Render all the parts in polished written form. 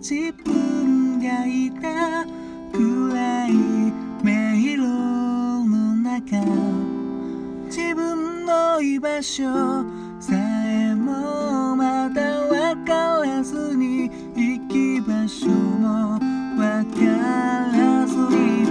自分がいた暗い迷路の中、自分の居場所さえもまだわからずに、行き場所もわからずに、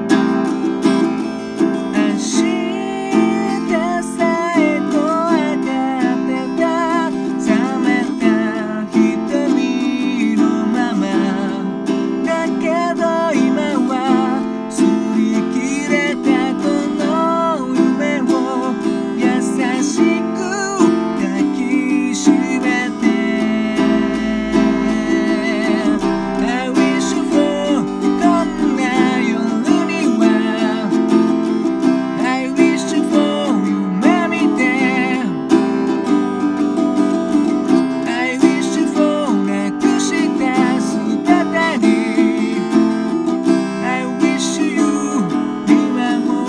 明日さえ怖がってた冷めた瞳のままだけど、今は擦り切れたこの夢を優しく抱きしめて、 I wish for こんな夜には I wish for 夢見て I wish for なくした姿に I wish you 今も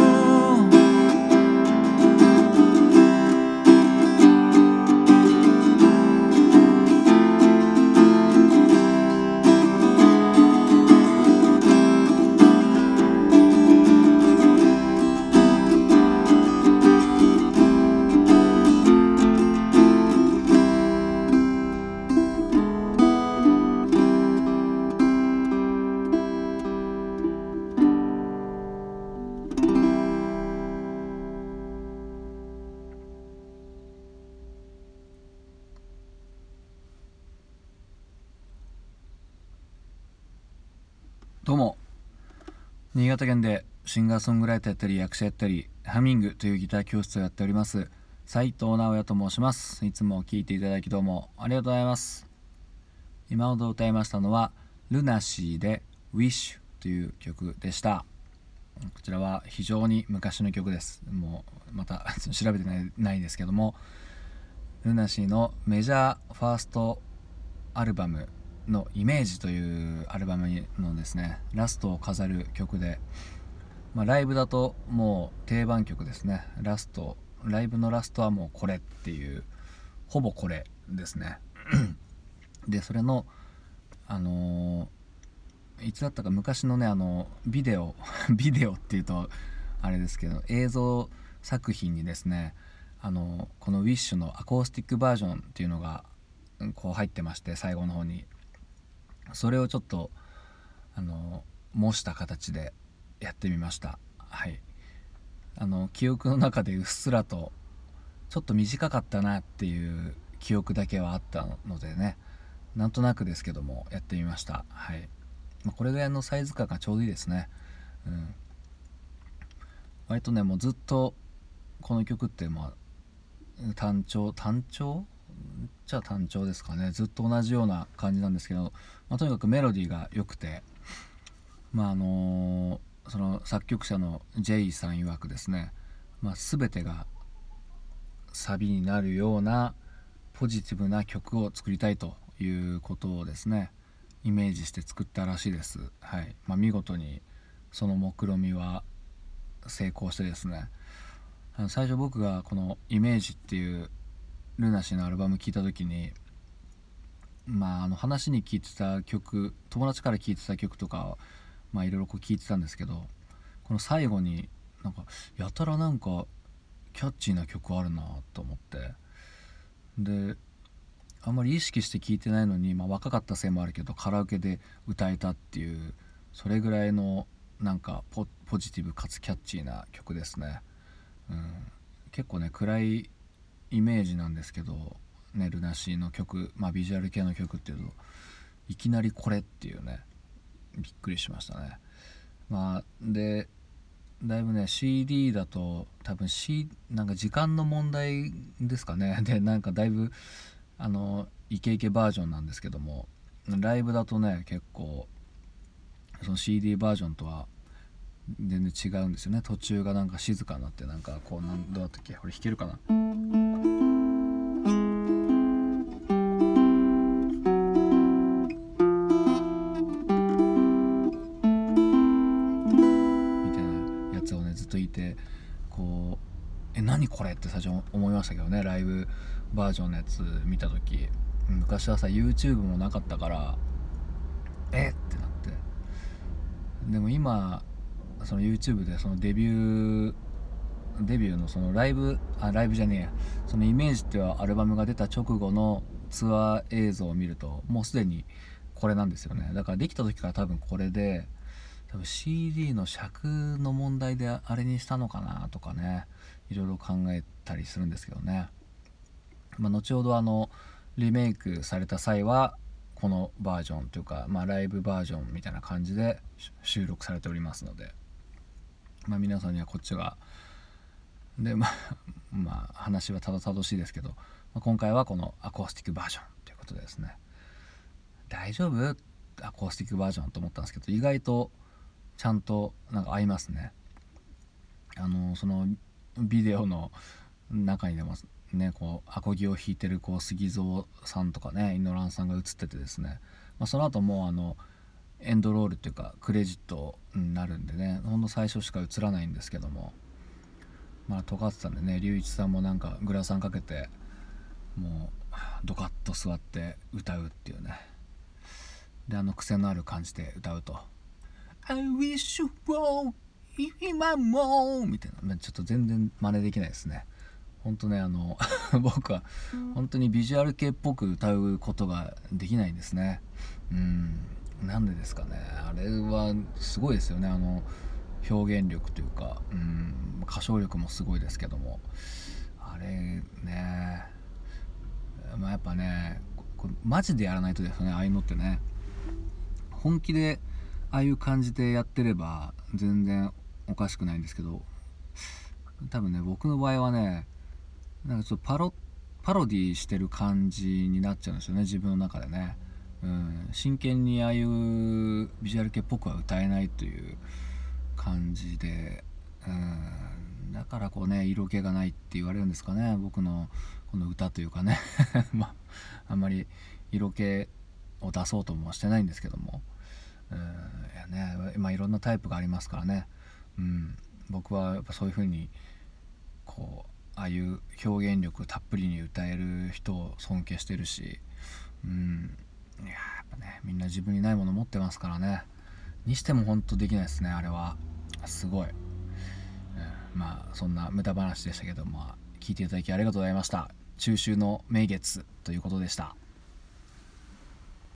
どうも、新潟県でシンガーソングライターやったり役者やったりハミングというギター教室をやっております斉藤直也と申します。いつも聴いていただきどうもありがとうございます。今ほど歌いましたのはルナシーで Wish という曲でした。こちらは非常に昔の曲です。もうまた調べてないですけども、ルナシーのメジャーファーストアルバムのイメージというアルバムのですねラストを飾る曲で、ライブだともう定番曲ですね。ライブのラストはもうこれっていう、ほぼこれですねでそれのいつだったか昔のねビデオっていうとあれですけど、映像作品にですねこの Wish のアコースティックバージョンっていうのがこう入ってまして、最後の方にそれをちょっと模した形でやってみました。はい、記憶の中でうっすらとちょっと短かったなっていう記憶だけはあったのでね、なんとなくですけどもやってみました。はい、これぐらいのサイズ感がちょうどいいですね。割とねもうずっとこの曲って単調じゃあ単調ですかね。ずっと同じような感じなんですけど、とにかくメロディーが良くて、その作曲者の J さん曰くですね、全てがサビになるようなポジティブな曲を作りたいということをですねイメージして作ったらしいです。はい、見事にその目論見は成功してですね、最初僕がこのイメージっていうルナシーのアルバム聴いた時に、話に聴いてた曲、友達から聴いてた曲とかいろいろ聴いてたんですけど、この最後にやたらキャッチーな曲あるなと思って、であんまり意識して聴いてないのに、若かったせいもあるけどカラオケで歌えたっていう、それぐらいのポジティブかつキャッチーな曲ですね。結構ね暗いイメージなんですけどね、ルナシーの曲、ビジュアル系の曲っていうといきなりこれっていうね、びっくりしましたね。でだいぶね CD だと多分時間の問題ですかね。でだいぶイケイケバージョンなんですけども、ライブだとね結構その CD バージョンとは全然違うんですよね。途中が静かになってどうだったっけ、これ弾けるかな。何これって最初思いましたけどね、ライブバージョンのやつ見た時。昔はさ YouTube もなかったからってなって、でも今その YouTube でそのデビューのそのライブじゃねえや、そのイメージっていうアルバムが出た直後のツアー映像を見るともうすでにこれなんですよね。だからできた時から多分これで、多分 CD の尺の問題であれにしたのかなとかね、いろいろ考えたりするんですけどね。後ほどリメイクされた際はこのバージョンというか、ライブバージョンみたいな感じで収録されておりますので、皆さんにはこっちがで話はたどたどしいですけど、今回はこのアコースティックバージョンということでですね、大丈夫アコースティックバージョンと思ったんですけど、意外とちゃんとなんか合いますね。そのビデオの中にでもね、こうアコギを弾いてるこう杉蔵さんとかね、イノランさんが映っててですね、その後もうエンドロールっていうかクレジットになるんでね、ほんと最初しか映らないんですけども、尖ってたんでね、龍一さんもなんかグラサンかけてもうドカッと座って歌うっていうね、で癖のある感じで歌うと I wish you were 今もみたいな、ちょっと全然真似できないですね。ほんとね僕は本当にビジュアル系っぽく歌うことができないんですね。なんでですかね。あれはすごいですよね。表現力というか、歌唱力もすごいですけども、あれね、やっぱね、マジでやらないとですね、ああいうのってね、本気でああいう感じでやってれば全然おかしくないんですけど、多分ね、僕の場合はね、なんかちょっとパロディしてる感じになっちゃうんですよね、自分の中でね。真剣にああいうビジュアル系っぽくは歌えないという感じで、だからこうね、色気がないって言われるんですかね、僕のこの歌というかねあんまり色気を出そうともしてないんですけども、いやね、いろんなタイプがありますからね、僕はやっぱそういう風にこうああいう表現力たっぷりに歌える人を尊敬してるし、いややっぱね、みんな自分にないもの持ってますからね。にしても本当できないですね、あれは。すごい。そんな無駄話でしたけども、聞いていただきありがとうございました。中秋の名月ということでした。